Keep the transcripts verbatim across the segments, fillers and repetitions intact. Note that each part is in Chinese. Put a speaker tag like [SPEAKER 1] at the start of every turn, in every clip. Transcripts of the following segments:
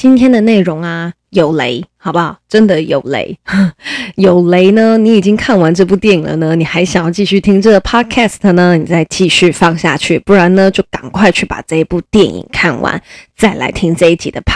[SPEAKER 1] 今天的内容啊有雷，好不好？真的有雷。有雷呢，你已经看完这部电影了呢，你还想要继续听这个 podcast 呢，你再继续放下去，不然呢就赶快去把这一部电影看完，再来听这一集的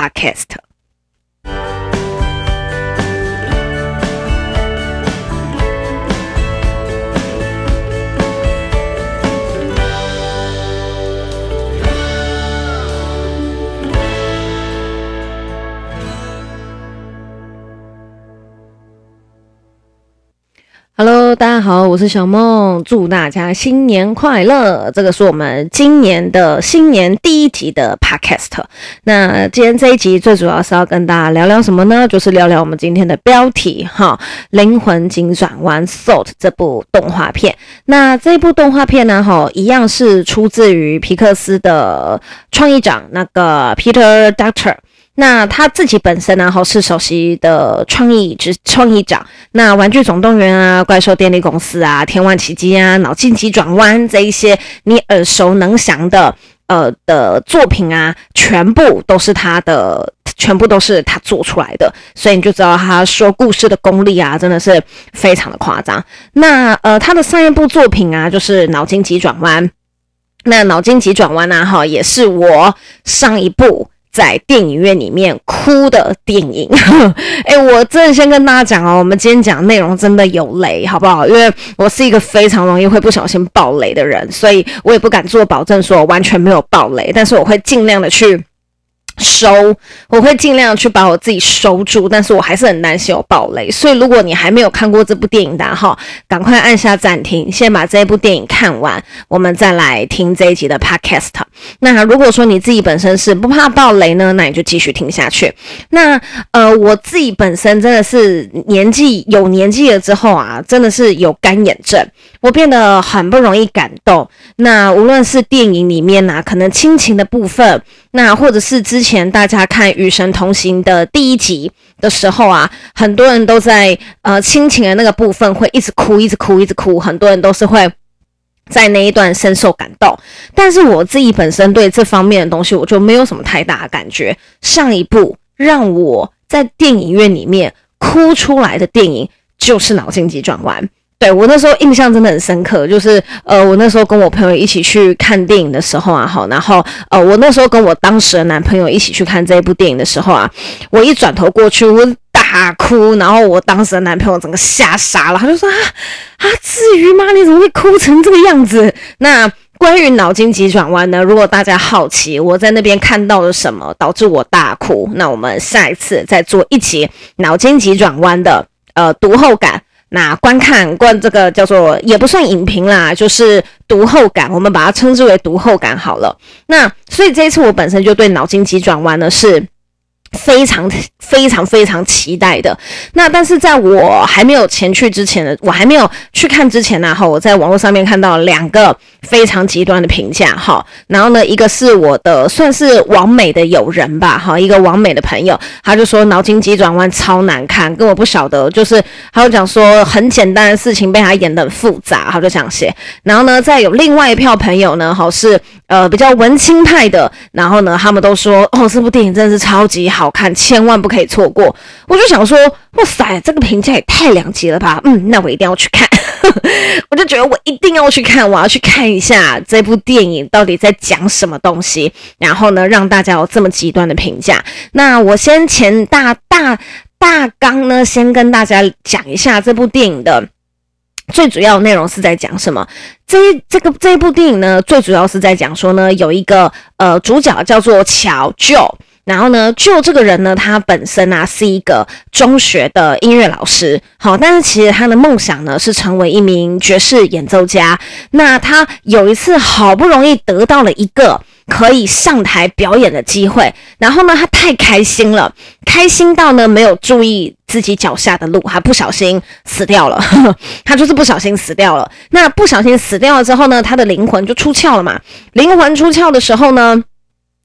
[SPEAKER 1] podcast。Hello， 大家好，我是小梦，祝大家新年快乐。这个是我们今年的新年第一集的 podcast。那今天这一集最主要是要跟大家聊聊什么呢？就是聊聊我们今天的标题哈，灵魂急转弯 Salt 这部动画片。那这部动画片呢，哈，一样是出自于皮克斯的创意长那个 Peter Docter。那他自己本身呢，是首席的创意之创意长。那玩具总动员啊、怪兽电力公司啊、天外奇迹啊、脑筋急转弯这一些你耳熟能详的呃的作品啊，全部都是他的，全部都是他做出来的，所以你就知道他说故事的功力啊，真的是非常的夸张。那呃，他的上一部作品啊，就是脑筋急转弯。那脑筋急转弯啊，哈，也是我上一部在电影院里面哭的电影。诶、欸、我真的先跟大家讲哦，我们今天讲内容真的有雷，好不好？因为我是一个非常容易会不小心爆雷的人，所以我也不敢做保证说我完全没有爆雷，但是我会尽量的去收，我会尽量去把我自己收住，但是我还是很担心有爆雷，所以如果你还没有看过这部电影的哈，赶快按下暂停，先把这部电影看完，我们再来听这一集的 podcast。那如果说你自己本身是不怕爆雷呢，那你就继续听下去。那呃，我自己本身真的是年纪有年纪了之后啊，真的是有干眼症，我变得很不容易感动。那无论是电影里面啊，可能亲情的部分，那或者是之前大家看《与神同行》的第一集的时候啊，很多人都在呃亲情的那个部分会一直哭，一直哭，一直哭，很多人都是会在那一段深受感动。但是我自己本身对这方面的东西，我就没有什么太大的感觉。上一部让我在电影院里面哭出来的电影就是《脑筋急转弯》。对，我那时候印象真的很深刻，就是呃，我那时候跟我朋友一起去看电影的时候啊，好，然后呃，我那时候跟我当时的男朋友一起去看这一部电影的时候啊，我一转头过去，我大哭，然后我当时的男朋友整个吓傻了，他就说啊啊，至于吗？你怎么会哭成这个样子？那关于脑筋急转弯呢，如果大家好奇我在那边看到了什么导致我大哭，那我们下一次再做一集脑筋急转弯的呃读后感。那观看观这个叫做也不算影评啦，就是读后感，我们把它称之为读后感好了。那所以这一次我本身就对脑筋急转弯呢是非常非常非常期待的。那但是在我还没有前去之前的，我还没有去看之前呢，哈，我在网络上面看到两个非常极端的评价哈。然后呢，一个是我的算是网美的友人吧，哈，一个网美的朋友，他就说脑筋急转弯超难看，跟我不晓得，就是他就讲说很简单的事情被他演得很复杂，他就这样写。然后呢，再有另外一票朋友呢，哈，是呃比较文青派的，然后呢，他们都说哦，这部电影真的是超级好。好看，千万不可以错过。我就想说，哇塞，这个评价也太两极了吧？嗯，那我一定要去看。我就觉得我一定要去看，我要去看一下这部电影到底在讲什么东西。然后呢，让大家有这么极端的评价。那我先前大大大纲呢，先跟大家讲一下这部电影的最主要的内容是在讲什么。这这个这一部电影呢，最主要是在讲说呢，有一个呃主角叫做乔就。然后呢，就这个人呢，他本身啊是一个中学的音乐老师，好，但是其实他的梦想呢是成为一名爵士演奏家。那他有一次好不容易得到了一个可以上台表演的机会，然后呢，他太开心了，开心到呢没有注意自己脚下的路，还不小心死掉了。呵呵，他就是不小心死掉了。那不小心死掉了之后呢，他的灵魂就出窍了嘛。灵魂出窍的时候呢，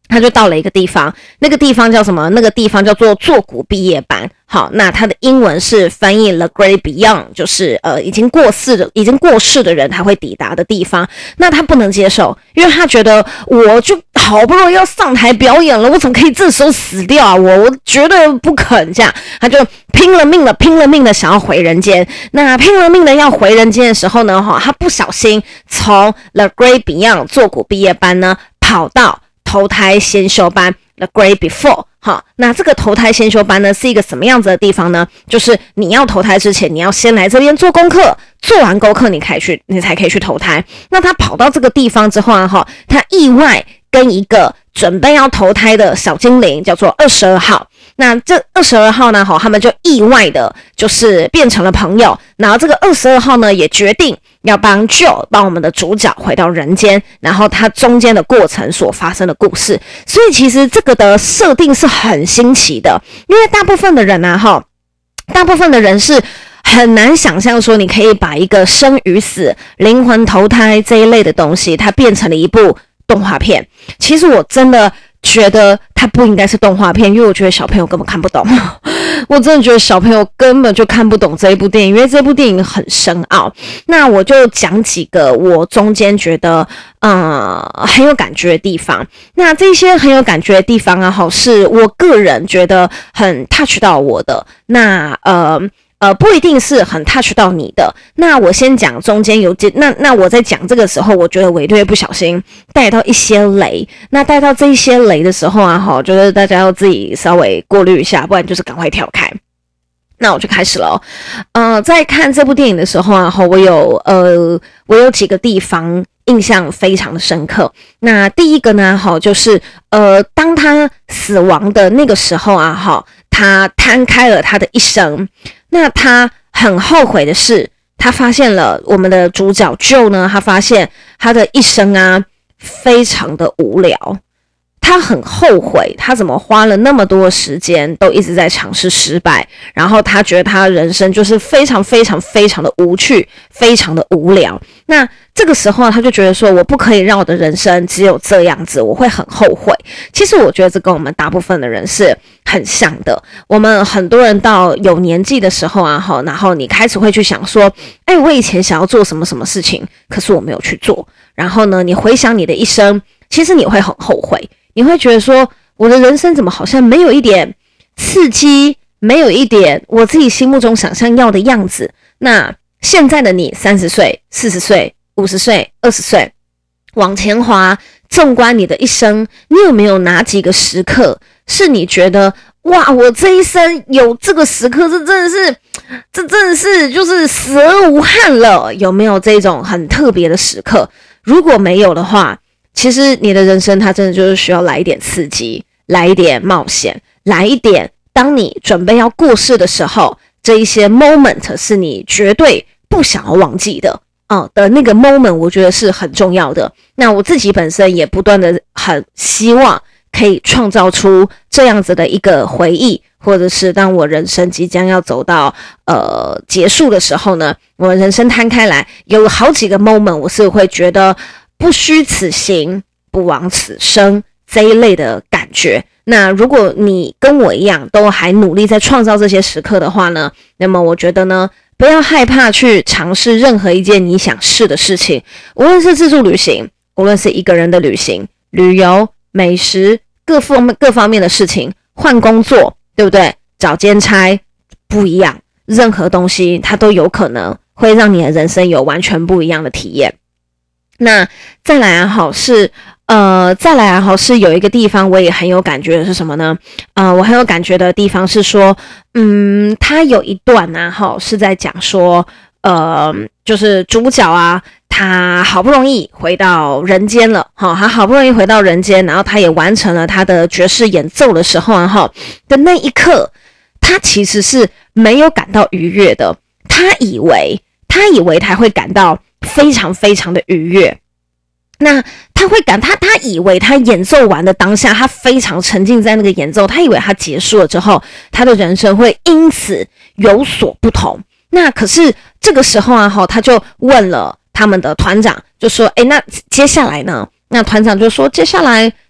[SPEAKER 1] 他就到了一个地方，那个地方叫什么？那个地方叫做坐骨毕业班。好，那他的英文是翻译 The Great Beyond， 就是呃已经过世的、已经过世的人他会抵达的地方。那他不能接受，因为他觉得我就好不容易要上台表演了，我怎么可以这时候死掉啊？我我绝对不肯这样。他就拼了命的、拼了命的想要回人间。那拼了命的要回人间的时候呢，哈，他不小心从 The Great Beyond 坐骨毕业班呢跑到投胎先修班 The Great Before。 好，那这个投胎先修班呢是一个什么样子的地方呢？就是你要投胎之前，你要先来这边做功课，做完功课你可以去，你才可以去投胎。那他跑到这个地方之后啊，哈，他意外跟一个准备要投胎的小精灵叫做二十二号。那这二十二号呢，哈，他们就意外的就是变成了朋友。然后这个二十二号呢，也决定要帮 Joe 帮我们的主角回到人间，然后他中间的过程所发生的故事。所以其实这个的设定是很新奇的，因为大部分的人啊，哈，大部分的人是很难想象说你可以把一个生与死、灵魂投胎这一类的东西，它变成了一部动画片。其实我真的觉得它不应该是动画片，因为我觉得小朋友根本看不懂。我真的觉得小朋友根本就看不懂这一部电影，因为这部电影很深奥。那我就讲几个我中间觉得呃很有感觉的地方。那这些很有感觉的地方啊，好，是我个人觉得很 touch 到我的。那呃呃，不一定是很 touch 到你的。那我先讲中间有那那我在讲这个时候，我觉得我略不小心带到一些雷。那带到这一些雷的时候啊，哈，就是大家要自己稍微过滤一下，不然就是赶快跳开。那我就开始了哦。呃，在看这部电影的时候啊，哈，我有呃，我有几个地方印象非常的深刻。那第一个呢，哈，就是呃，当他死亡的那个时候啊，哈，他摊开了他的一生。那他很后悔的是，他发现了我们的主角 Joe 呢，他发现他的一生啊非常的无聊。他很后悔，他怎么花了那么多的时间都一直在尝试失败，然后他觉得他的人生就是非常非常非常的无趣，非常的无聊。那这个时候他就觉得说，我不可以让我的人生只有这样子，我会很后悔。其实我觉得这跟我们大部分的人是很像的。我们很多人到有年纪的时候啊，然后你开始会去想说，哎，我以前想要做什么什么事情，可是我没有去做。然后呢，你回想你的一生，其实你会很后悔。你会觉得说，我的人生怎么好像没有一点刺激，没有一点我自己心目中想象要的样子。那现在的你三十岁、四十岁、五十岁、二十岁往前滑，纵观你的一生，你有没有哪几个时刻是你觉得哇，我这一生有这个时刻，这真的是这真的是就是死而无憾了？有没有这种很特别的时刻？如果没有的话，其实你的人生它真的就是需要来一点刺激，来一点冒险，来一点当你准备要过世的时候，这一些 moment 是你绝对不想要忘记的哦的那个 moment， 我觉得是很重要的。那我自己本身也不断的很希望可以创造出这样子的一个回忆，或者是当我人生即将要走到呃结束的时候呢，我人生摊开来有好几个 moment， 我是会觉得不虚此行，不枉此生这一类的感觉。那如果你跟我一样都还努力在创造这些时刻的话呢，那么我觉得呢，不要害怕去尝试任何一件你想试的事情，无论是自助旅行，无论是一个人的旅行、旅游、美食，各方面各方面的事情，换工作，对不对？找兼差，不一样，任何东西它都有可能会让你的人生有完全不一样的体验。那再来啊，好是呃，再来啊，好是有一个地方我也很有感觉的是什么呢？呃，我很有感觉的地方是说，嗯，他有一段啊，好是在讲说，呃，就是主角啊，他好不容易回到人间了，哈，他好不容易回到人间，然后他也完成了他的爵士演奏的时候啊，哈的那一刻，他其实是没有感到愉悦的，他以为他以为他会感到非常非常的愉悦。那他会感他他以为他演奏完的当下，他非常沉浸在那个演奏，他以为他结束了之后，他的人生会因此有所不同。那可是这个时候啊，他就问了他们的团长，就说：“诶，那接下来呢？”那团长就说：“接下来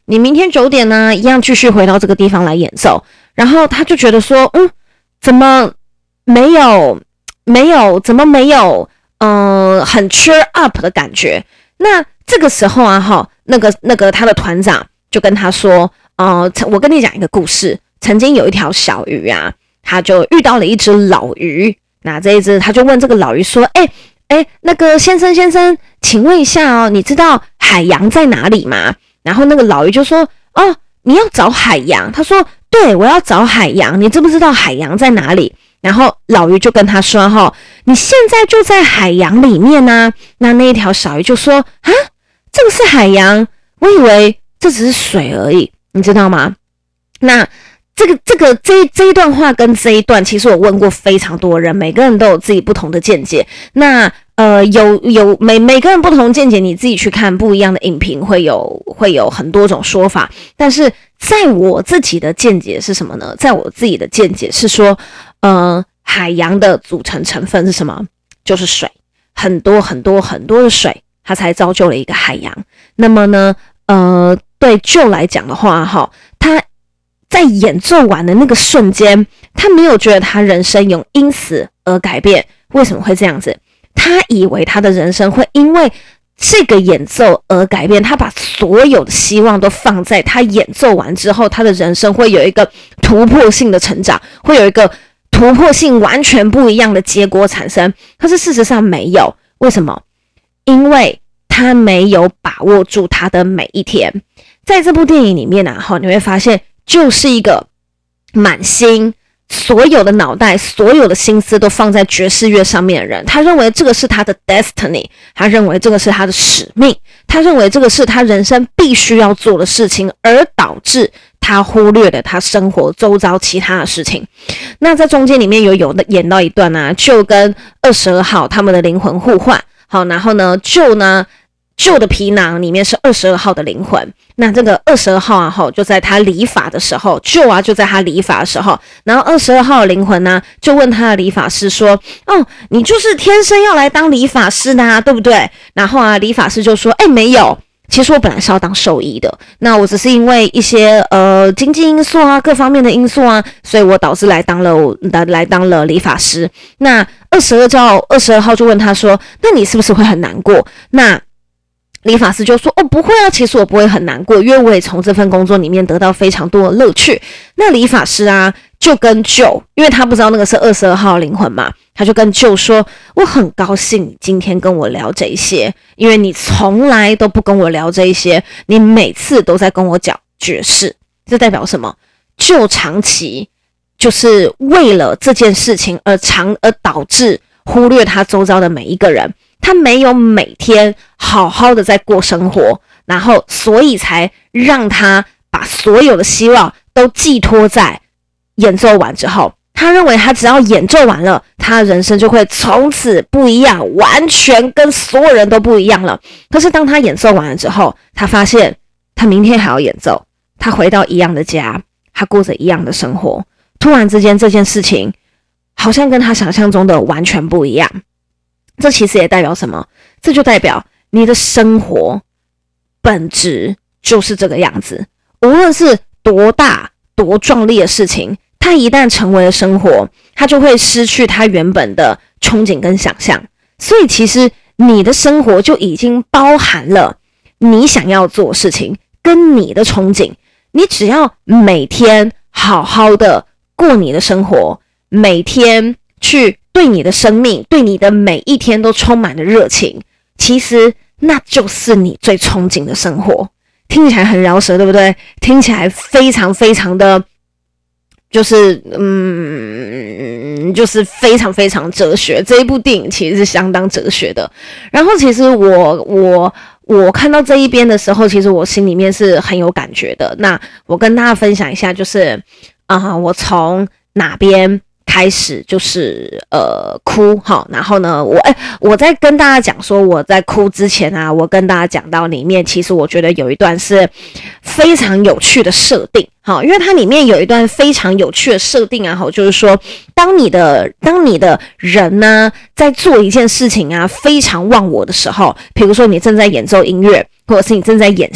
[SPEAKER 1] 你明天九点呢，一样继续回到这个地方来演奏。然后他就觉得说，嗯，怎么没有没有怎么没有嗯、呃、很 cheer up 的感觉？那这个时候啊，哈，那个那个他的团长就跟他说，呃，我跟你讲一个故事，曾经有一条小鱼啊，他就遇到了一只老鱼。那这一只他就问这个老鱼说，哎哎，那个先生先生，请问一下哦，你知道海洋在哪里吗？然后那个老鱼就说，哦，你要找海洋？他说，对，我要找海洋，你知不知道海洋在哪里？然后老鱼就跟他说，哈，你现在就在海洋里面啊。那那一条小鱼就说，啊，这个是海洋，我以为这只是水而已，你知道吗？那这个这个这这一段话跟这一段，其实我问过非常多人，每个人都有自己不同的见解。那呃，有有每每个人不同见解，你自己去看不一样的影评，会有会有很多种说法。但是在我自己的见解是什么呢？在我自己的见解是说，呃，海洋的组成成分是什么？就是水，很多很多很多的水，它才造就了一个海洋。那么呢，呃，对Joe来讲的话，哈，他在演奏完的那个瞬间，他没有觉得他人生有因此而改变。为什么会这样子？他以为他的人生会因为这个演奏而改变，他把所有的希望都放在他演奏完之后，他的人生会有一个突破性的成长，会有一个突破性完全不一样的结果产生。可是事实上没有，为什么？因为他没有把握住他的每一天。在这部电影里面啊，你会发现就是一个满心所有的脑袋所有的心思都放在爵士乐上面的人，他认为这个是他的 destiny， 他认为这个是他的使命，他认为这个是他人生必须要做的事情，而导致他忽略了他生活周遭其他的事情。那在中间里面有有演到一段啊，就跟二十二号他们的灵魂互换，好，然后呢就呢旧的皮囊里面是二十二号的灵魂，那这个二十二号啊，就在他理发的时候，旧啊就在他理发的时候，然后二十二号的灵魂呢、啊、就问他的理发师说，哦，你就是天生要来当理发师的啊，对不对？然后啊，理发师就说，哎，没有，其实我本来是要当兽医的，那我只是因为一些呃经济因素啊，各方面的因素啊，所以我导致来当了来来当了理发师。那二十二号二十二号就问他说，那你是不是会很难过？那理发师就说，哦，不会啊，其实我不会很难过，因为我也从这份工作里面得到非常多的乐趣。那理发师啊就跟Joe，因为他不知道那个是二十二号灵魂嘛，他就跟Joe说，我很高兴你今天跟我聊这一些，因为你从来都不跟我聊这一些，你每次都在跟我讲爵士。这代表什么？Joe长期就是为了这件事情而长而导致忽略他周遭的每一个人，他没有每天好好的在过生活，然后所以才让他把所有的希望都寄托在演奏完之后。他认为他只要演奏完了，他的人生就会从此不一样，完全跟所有人都不一样了。可是当他演奏完了之后，他发现他明天还要演奏，他回到一样的家，他过着一样的生活，突然之间这件事情好像跟他想象中的完全不一样。这其实也代表什么？这就代表你的生活本质就是这个样子，无论是多大多壮丽的事情，它一旦成为了生活，它就会失去它原本的憧憬跟想象。所以其实你的生活就已经包含了你想要做的事情跟你的憧憬。你只要每天好好的过你的生活，每天去对你的生命，对你的每一天都充满了热情，其实那就是你最憧憬的生活。听起来很饶舌，对不对？听起来非常非常的就是嗯，就是非常非常哲学。这一部电影其实是相当哲学的。然后其实我我我看到这一边的时候，其实我心里面是很有感觉的。那我跟大家分享一下，就是啊、呃，我从哪边开始就是呃哭哈，然后呢，我哎、欸、我在跟大家讲说我在哭之前啊，我跟大家讲到里面，其实我觉得有一段是非常有趣的设定哈，因为它里面有一段非常有趣的设定啊，哈，就是说当你的当你的人呢、啊、在做一件事情啊非常忘我的时候，比如说你正在演奏音乐，或者是你正在演戏，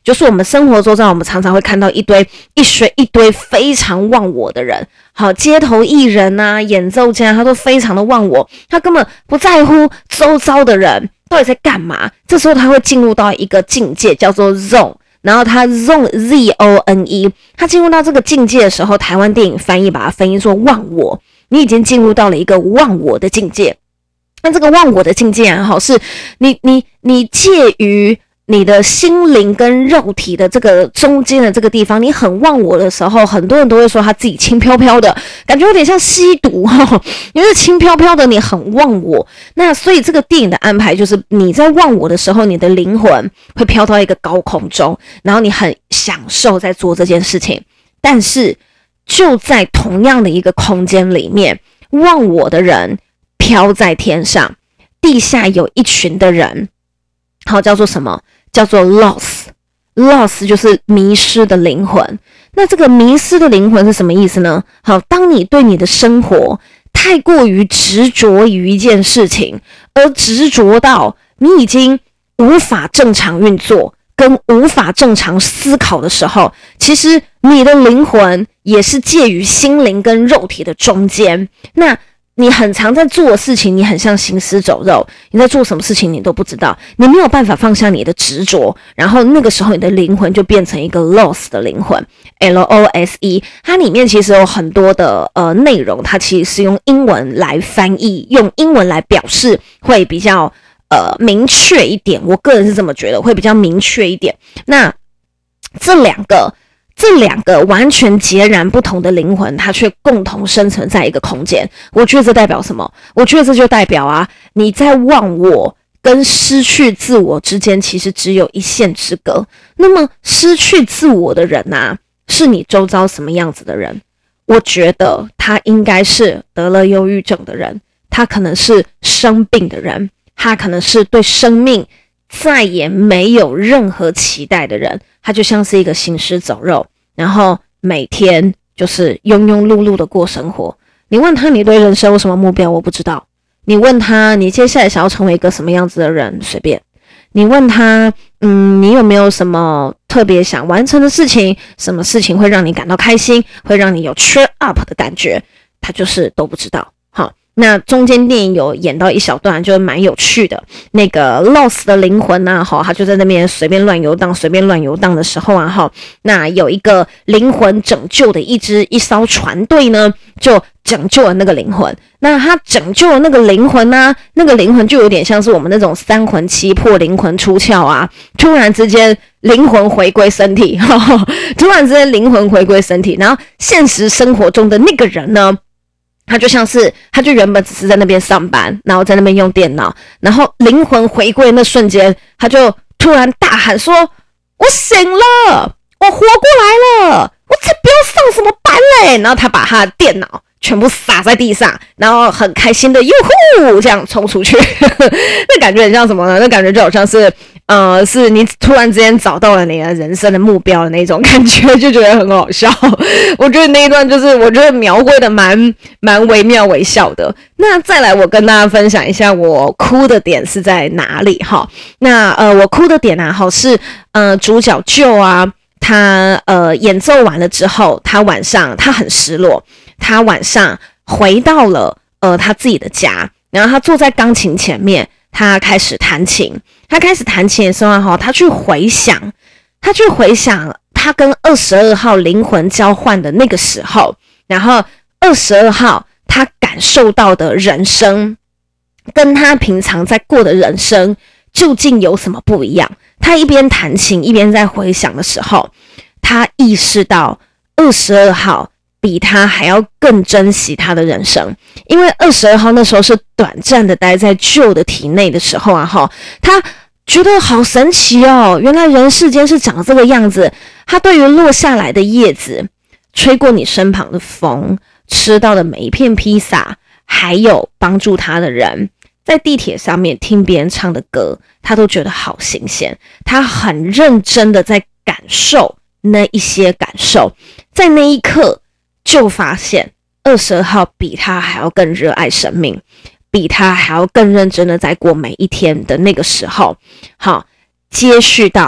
[SPEAKER 1] 就是我们生活周遭，我们常常会看到一堆一堆一堆非常忘我的人，好，街头艺人啊，演奏家，他都非常的忘我，他根本不在乎周遭的人到底在干嘛。这时候他会进入到一个境界，叫做 zone， 然后他 zone Z O N E， 他进入到这个境界的时候，台湾电影翻译把它翻译说忘我，你已经进入到了一个忘我的境界。那这个忘我的境界啊，好，是你你你介于你的心灵跟肉体的这个中间的这个地方，你很忘我的时候，很多人都会说他自己轻飘飘的，感觉有点像吸毒哈，因为轻飘飘的你很忘我。那所以这个电影的安排就是你在忘我的时候，你的灵魂会飘到一个高空中，然后你很享受在做这件事情。但是就在同样的一个空间里面，忘我的人飘在天上，地下有一群的人，好，叫做什么？叫做 loss。 loss 就是迷失的灵魂。那这个迷失的灵魂是什么意思呢？好，当你对你的生活太过于执着于一件事情，而执着到你已经无法正常运作跟无法正常思考的时候，其实你的灵魂也是介于心灵跟肉体的中间。那你很常在做的事情，你很像行尸走肉，你在做什么事情你都不知道，你没有办法放下你的执着，然后那个时候你的灵魂就变成一个 loss 的灵魂 L O S E。 它里面其实有很多的呃内容，它其实是用英文来翻译，用英文来表示会比较呃明确一点，我个人是这么觉得，会比较明确一点。那这两个这两个完全截然不同的灵魂，它却共同生存在一个空间。我觉得这代表什么？我觉得这就代表啊，你在忘我跟失去自我之间其实只有一线之隔。那么失去自我的人啊，是你周遭什么样子的人？我觉得他应该是得了忧郁症的人，他可能是生病的人，他可能是对生命再也没有任何期待的人，他就像是一个行尸走肉，然后每天就是庸庸碌碌的过生活。你问他你对人生有什么目标，我不知道。你问他你接下来想要成为一个什么样子的人，随便。你问他嗯，你有没有什么特别想完成的事情，什么事情会让你感到开心，会让你有 cheer up 的感觉，他就是都不知道。好，那中间电影有演到一小段，就蛮有趣的。那个 lost 的灵魂啊，哈，他就在那边随便乱游荡，随便乱游荡的时候啊，哈，那有一个灵魂拯救的一支一艘船队呢，就拯救了那个灵魂。那他拯救了那个灵魂呢、啊，那个灵魂就有点像是我们那种三魂七魄、灵魂出窍啊，突然之间灵魂回归身体，呵呵突然之间灵魂回归身体，然后现实生活中的那个人呢？他就像是，他就原本只是在那边上班，然后在那边用电脑，然后灵魂回归的那瞬间，他就突然大喊说：“我醒了，我活过来了，我才不要上什么班嘞！”然后他把他的电脑全部撒在地上，然后很开心的哟呼这样冲出去，那感觉很像什么呢？那感觉就好像是，呃，是你突然之间找到了你的人生的目标的那种感觉，就觉得很好笑。我觉得那一段就是我觉得描绘的蛮蛮惟妙惟肖的。那再来，我跟大家分享一下我哭的点是在哪里哈？那呃，我哭的点啊，好是呃主角Joe啊，他呃演奏完了之后，他晚上他很失落。他晚上回到了呃他自己的家，然后他坐在钢琴前面，他开始弹琴。他开始弹琴的时候，他去回想，他去回想他跟二十二号灵魂交换的那个时候，然后二十二号他感受到的人生，跟他平常在过的人生究竟有什么不一样？他一边弹琴一边在回想的时候，他意识到二十二号比他还要更珍惜他的人生，因为二十二号那时候是短暂的待在Joe的体内的时候啊，哈，他觉得好神奇哦，原来人世间是长这个样子。他对于落下来的叶子，吹过你身旁的风，吃到的每一片披萨，还有帮助他的人，在地铁上面听别人唱的歌，他都觉得好新鲜。他很认真的在感受那一些感受，在那一刻就发现二十二号比他还要更热爱生命，比他还要更认真的在过每一天的那个时候，好，接续到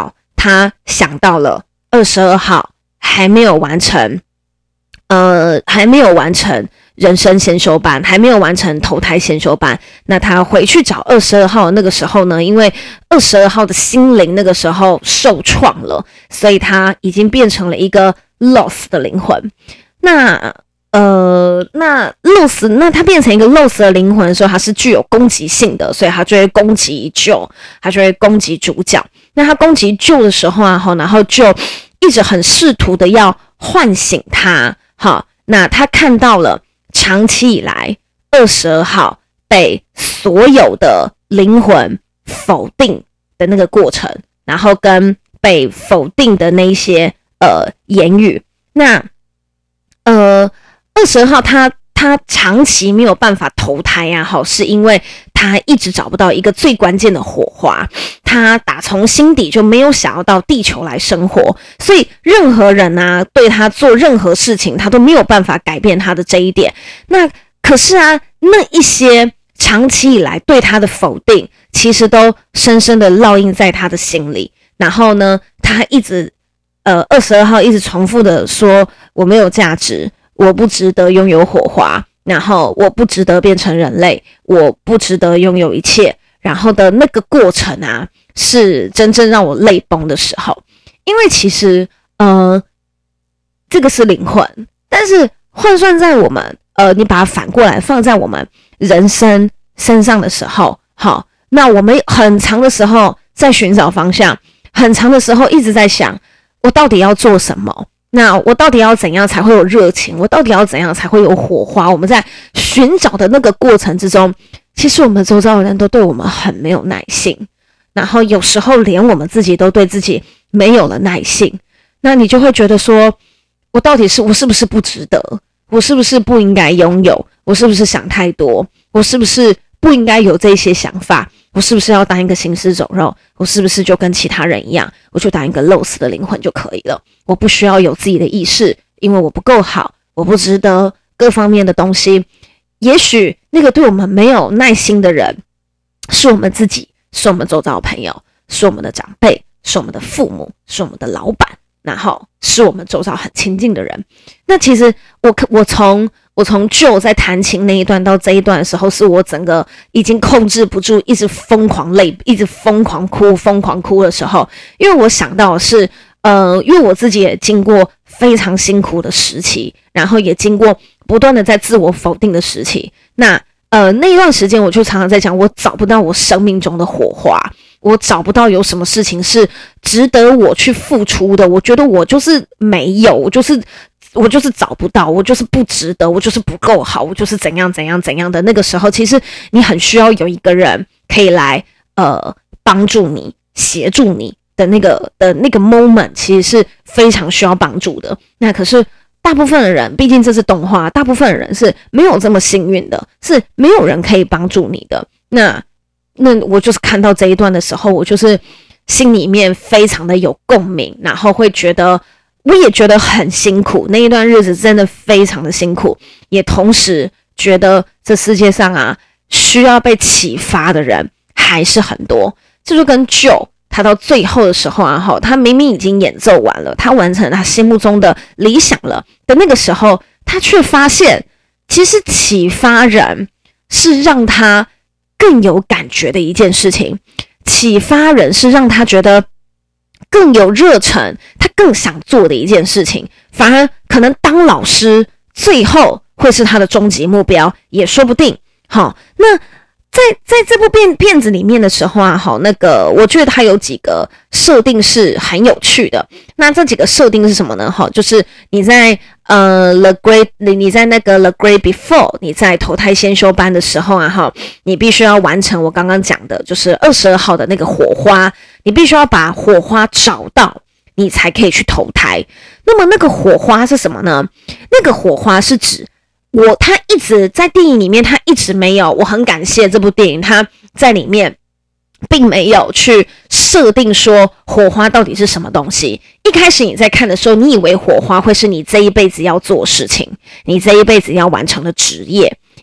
[SPEAKER 1] 他想到了二十二号还没有完成，呃，还没有完成人生先修班，还没有完成投胎先修班。那他回去找二十二号，那个时候呢，因为二十二号的心灵那个时候受创了，所以他已经变成了一个 lost 的灵魂。那呃，那 lost， 那他变成一个 lost 的灵魂的时候，他是具有攻击性的，所以他就会攻击 Joe， 他就会攻击主角。那他攻击 Joe 的时候啊，然后就一直很试图的要唤醒他。好，那他看到了长期以来二十二号被所有的灵魂否定的那个过程，然后跟被否定的那一些呃言语。那呃二十二号他他长期没有办法投胎啊，好，是因为他一直找不到一个最关键的火花，他打从心底就没有想要到地球来生活，所以任何人啊对他做任何事情，他都没有办法改变他的这一点。那可是啊，那一些长期以来对他的否定，其实都深深的烙印在他的心里。然后呢，他一直呃二十二号一直重复的说，我没有价值，我不值得拥有火花，然后我不值得变成人类，我不值得拥有一切。然后的那个过程啊，是真正让我泪崩的时候。因为其实呃这个是灵魂，但是换算在我们呃你把它反过来放在我们人生身上的时候，好，那我们很长的时候在寻找方向，很长的时候一直在想，我到底要做什么？那我到底要怎样才会有热情？我到底要怎样才会有火花？我们在寻找的那个过程之中，其实我们周遭的人都对我们很没有耐性，然后有时候连我们自己都对自己没有了耐性。那你就会觉得说，我到底是我是不是不值得？我是不是不应该拥有？我是不是想太多？我是不是不应该有这些想法？我是不是要当一个行尸走肉？我是不是就跟其他人一样，我就当一个 lost 的灵魂就可以了？我不需要有自己的意识，因为我不够好，我不值得各方面的东西。也许那个对我们没有耐心的人，是我们自己，是我们周遭的朋友，是我们的长辈，是我们的父母，是我们的老板，然后是我们周遭很亲近的人。那其实我我从我从Joe在弹琴那一段到这一段的时候，是我整个已经控制不住，一直疯狂泪，一直疯狂哭，疯狂哭的时候，因为我想到的是，呃，因为我自己也经过非常辛苦的时期，然后也经过不断的在自我否定的时期。那呃那一段时间，我就常常在讲，我找不到我生命中的火花，我找不到有什么事情是值得我去付出的。我觉得我就是没有，我就是。我就是找不到，我就是不值得，我就是不够好，我就是怎样怎样怎样的。那个时候，其实你很需要有一个人可以来呃帮助你、协助你的那个的那个 moment， 其实是非常需要帮助的。那可是大部分的人，毕竟这是动画，大部分的人是没有这么幸运的，是没有人可以帮助你的。那那我就是看到这一段的时候，我就是心里面非常的有共鸣，然后会觉得。我也觉得很辛苦，那一段日子真的非常的辛苦，也同时觉得这世界上啊，需要被启发的人还是很多。这就跟 Joe 他到最后的时候啊，他明明已经演奏完了，他完成了他心目中的理想了的那个时候，他却发现，其实启发人是让他更有感觉的一件事情，启发人是让他觉得更有热忱，他更想做的一件事情，反而可能当老师最后会是他的终极目标，也说不定。好，那在在这部片片子里面的时候啊，好，那个我觉得它有几个设定是很有趣的。那这几个设定是什么呢？好，就是你在呃 The Great 你你在那个 The Great Before 你在投胎先修班的时候啊，哈，你必须要完成我刚刚讲的，就是二十二号的那个火花，你必须要把火花找到，你才可以去投胎。那么那个火花是什么呢？那个火花是指我，他一直在电影里面，他一直没有，我很感谢这部电影，他在里面并没有去设定说火花到底是什么东西。一开始你在看的时候，你以为火花会是你这一辈子要做的事情，你这一辈子要完成的职业，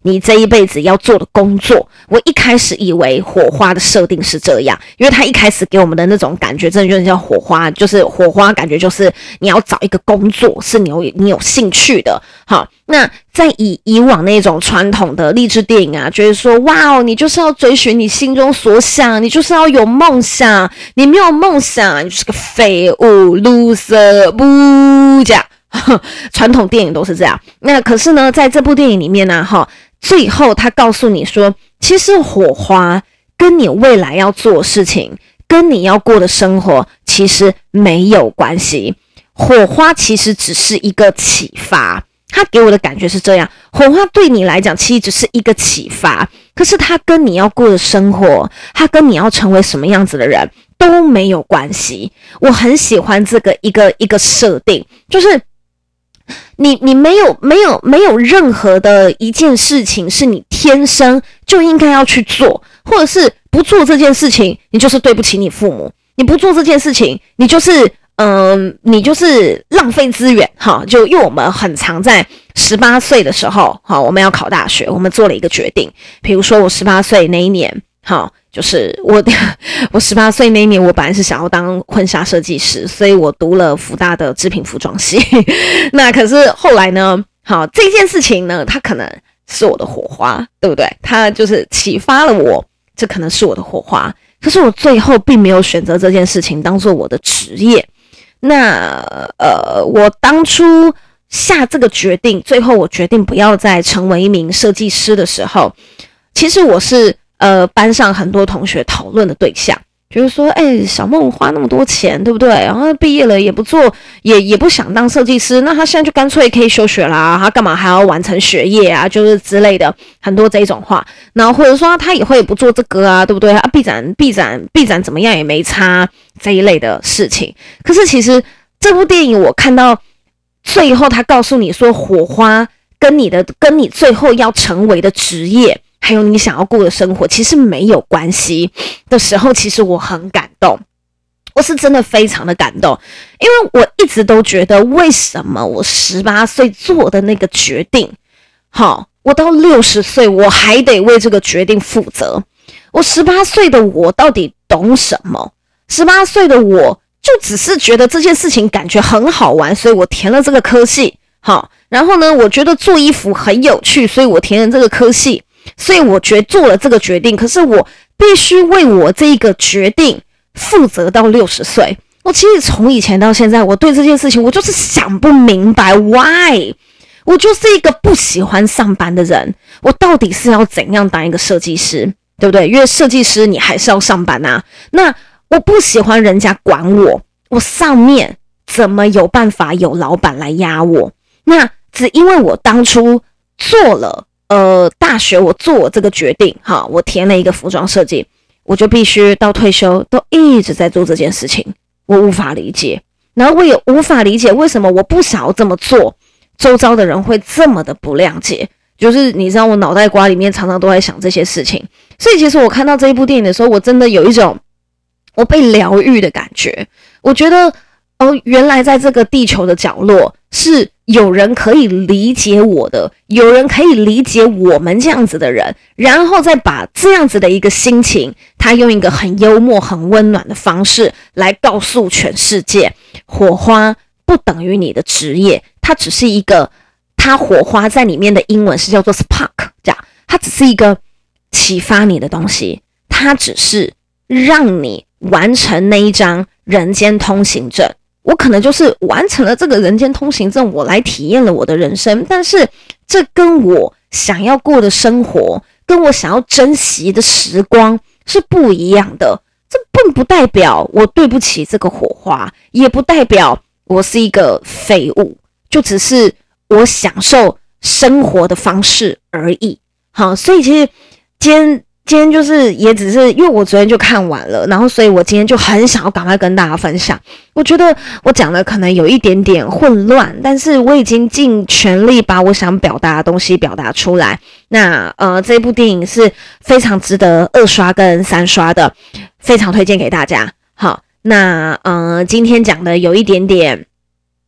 [SPEAKER 1] 你这一辈子要做的工作。我一开始以为火花的设定是这样，因为他一开始给我们的那种感觉真的就是叫火花，就是火花感觉就是你要找一个工作是你有你有兴趣的。好，那在以以往那种传统的励志电影啊，觉得说哇哦，你就是要追寻你心中所想，你就是要有梦想，你没有梦想你就是个废物 loser 不这样。传统电影都是这样。那可是呢，在这部电影里面呢，哈，最后他告诉你说，其实火花跟你未来要做的事情，跟你要过的生活其实没有关系。火花其实只是一个启发，他给我的感觉是这样，火花对你来讲其实只是一个启发，可是他跟你要过的生活，他跟你要成为什么样子的人都没有关系。我很喜欢这个一个一个设定，就是你你没有没有没有任何的一件事情是你天生就应该要去做，或者是不做这件事情你就是对不起你父母，你不做这件事情你就是嗯、呃，你就是浪费资源哈。就因为我们很常在十八岁的时候哈，我们要考大学，我们做了一个决定，比如说我十八岁那一年哈，就是我我十八岁那一年，我本来是想要当婚纱设计师，所以我读了福大的织品服装系。那可是后来呢，好，这件事情呢，它可能是我的火花，对不对？它就是启发了我，这可能是我的火花。可是我最后并没有选择这件事情当做我的职业。那呃，我当初下这个决定，最后我决定不要再成为一名设计师的时候，其实我是呃班上很多同学讨论的对象，就是说，哎、欸，小梦花那么多钱，对不对？然后毕业了也不做，也也不想当设计师，那他现在就干脆可以休学啦，他干嘛还要完成学业啊？就是之类的很多这种话，然后或者说他以后也不做这个啊，对不对？啊，毕展毕展毕展怎么样也没差这一类的事情。可是其实这部电影我看到最后，他告诉你说，火花跟你的跟你最后要成为的职业，还有你想要过的生活其实没有关系的时候，其实我很感动，我是真的非常的感动。因为我一直都觉得，为什么我十八岁做的那个决定，好，我到六十岁我还得为这个决定负责。我十八岁的我到底懂什么？十八岁的我就只是觉得这件事情感觉很好玩，所以我填了这个科系。好，然后呢，我觉得做衣服很有趣，所以我填了这个科系。所以我决做了这个决定，可是我必须为我这个决定负责到六十岁。我其实从以前到现在，我对这件事情我就是想不明白 why。我就是一个不喜欢上班的人，我到底是要怎样当一个设计师，对不对？因为设计师你还是要上班啊。那我不喜欢人家管我，我上面怎么有办法有老板来压我？那只因为我当初做了呃，大学我做我这个决定，哈，我填了一个服装设计，我就必须到退休都一直在做这件事情，我无法理解。然后我也无法理解为什么我不想要这么做，周遭的人会这么的不谅解。就是你知道，我脑袋瓜里面常常都在想这些事情，所以其实我看到这一部电影的时候，我真的有一种我被疗愈的感觉。我觉得哦，原来在这个地球的角落是有人可以理解我的，有人可以理解我们这样子的人，然后再把这样子的一个心情，他用一个很幽默很温暖的方式来告诉全世界，火花不等于你的职业，它只是一个，它火花在里面的英文是叫做 spark， 这样，它只是一个启发你的东西，它只是让你完成那一张人间通行证。我可能就是完成了这个人间通行证，我来体验了我的人生，但是这跟我想要过的生活，跟我想要珍惜的时光是不一样的。这并不代表我对不起这个火花，也不代表我是一个废物，就只是我享受生活的方式而已。好，所以其实今天今天就是也只是因为我昨天就看完了，然后所以我今天就很想要赶快跟大家分享。我觉得我讲的可能有一点点混乱，但是我已经尽全力把我想表达的东西表达出来。那呃，这部电影是非常值得二刷跟三刷的，非常推荐给大家。好，那呃，今天讲的有一点点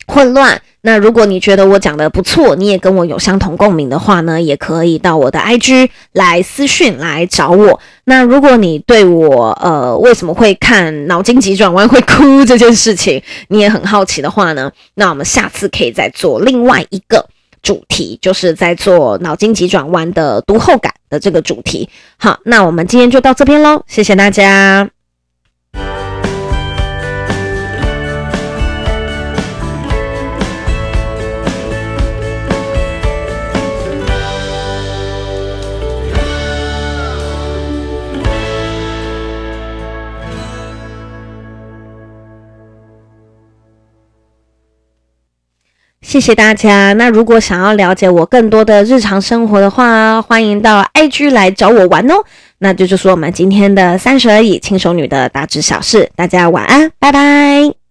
[SPEAKER 1] 混乱。那如果你觉得我讲的不错，你也跟我有相同共鸣的话呢，也可以到我的 I G 来私讯来找我。那如果你对我呃为什么会看脑筋急转弯会哭这件事情，你也很好奇的话呢，那我们下次可以再做另外一个主题，就是在做脑筋急转弯的读后感的这个主题。好，那我们今天就到这边咯，谢谢大家。谢谢大家。那如果想要了解我更多的日常生活的话，欢迎到 I G 来找我玩哦。那这就是我们今天的三十而已轻熟女的大知小事，大家晚安，拜拜。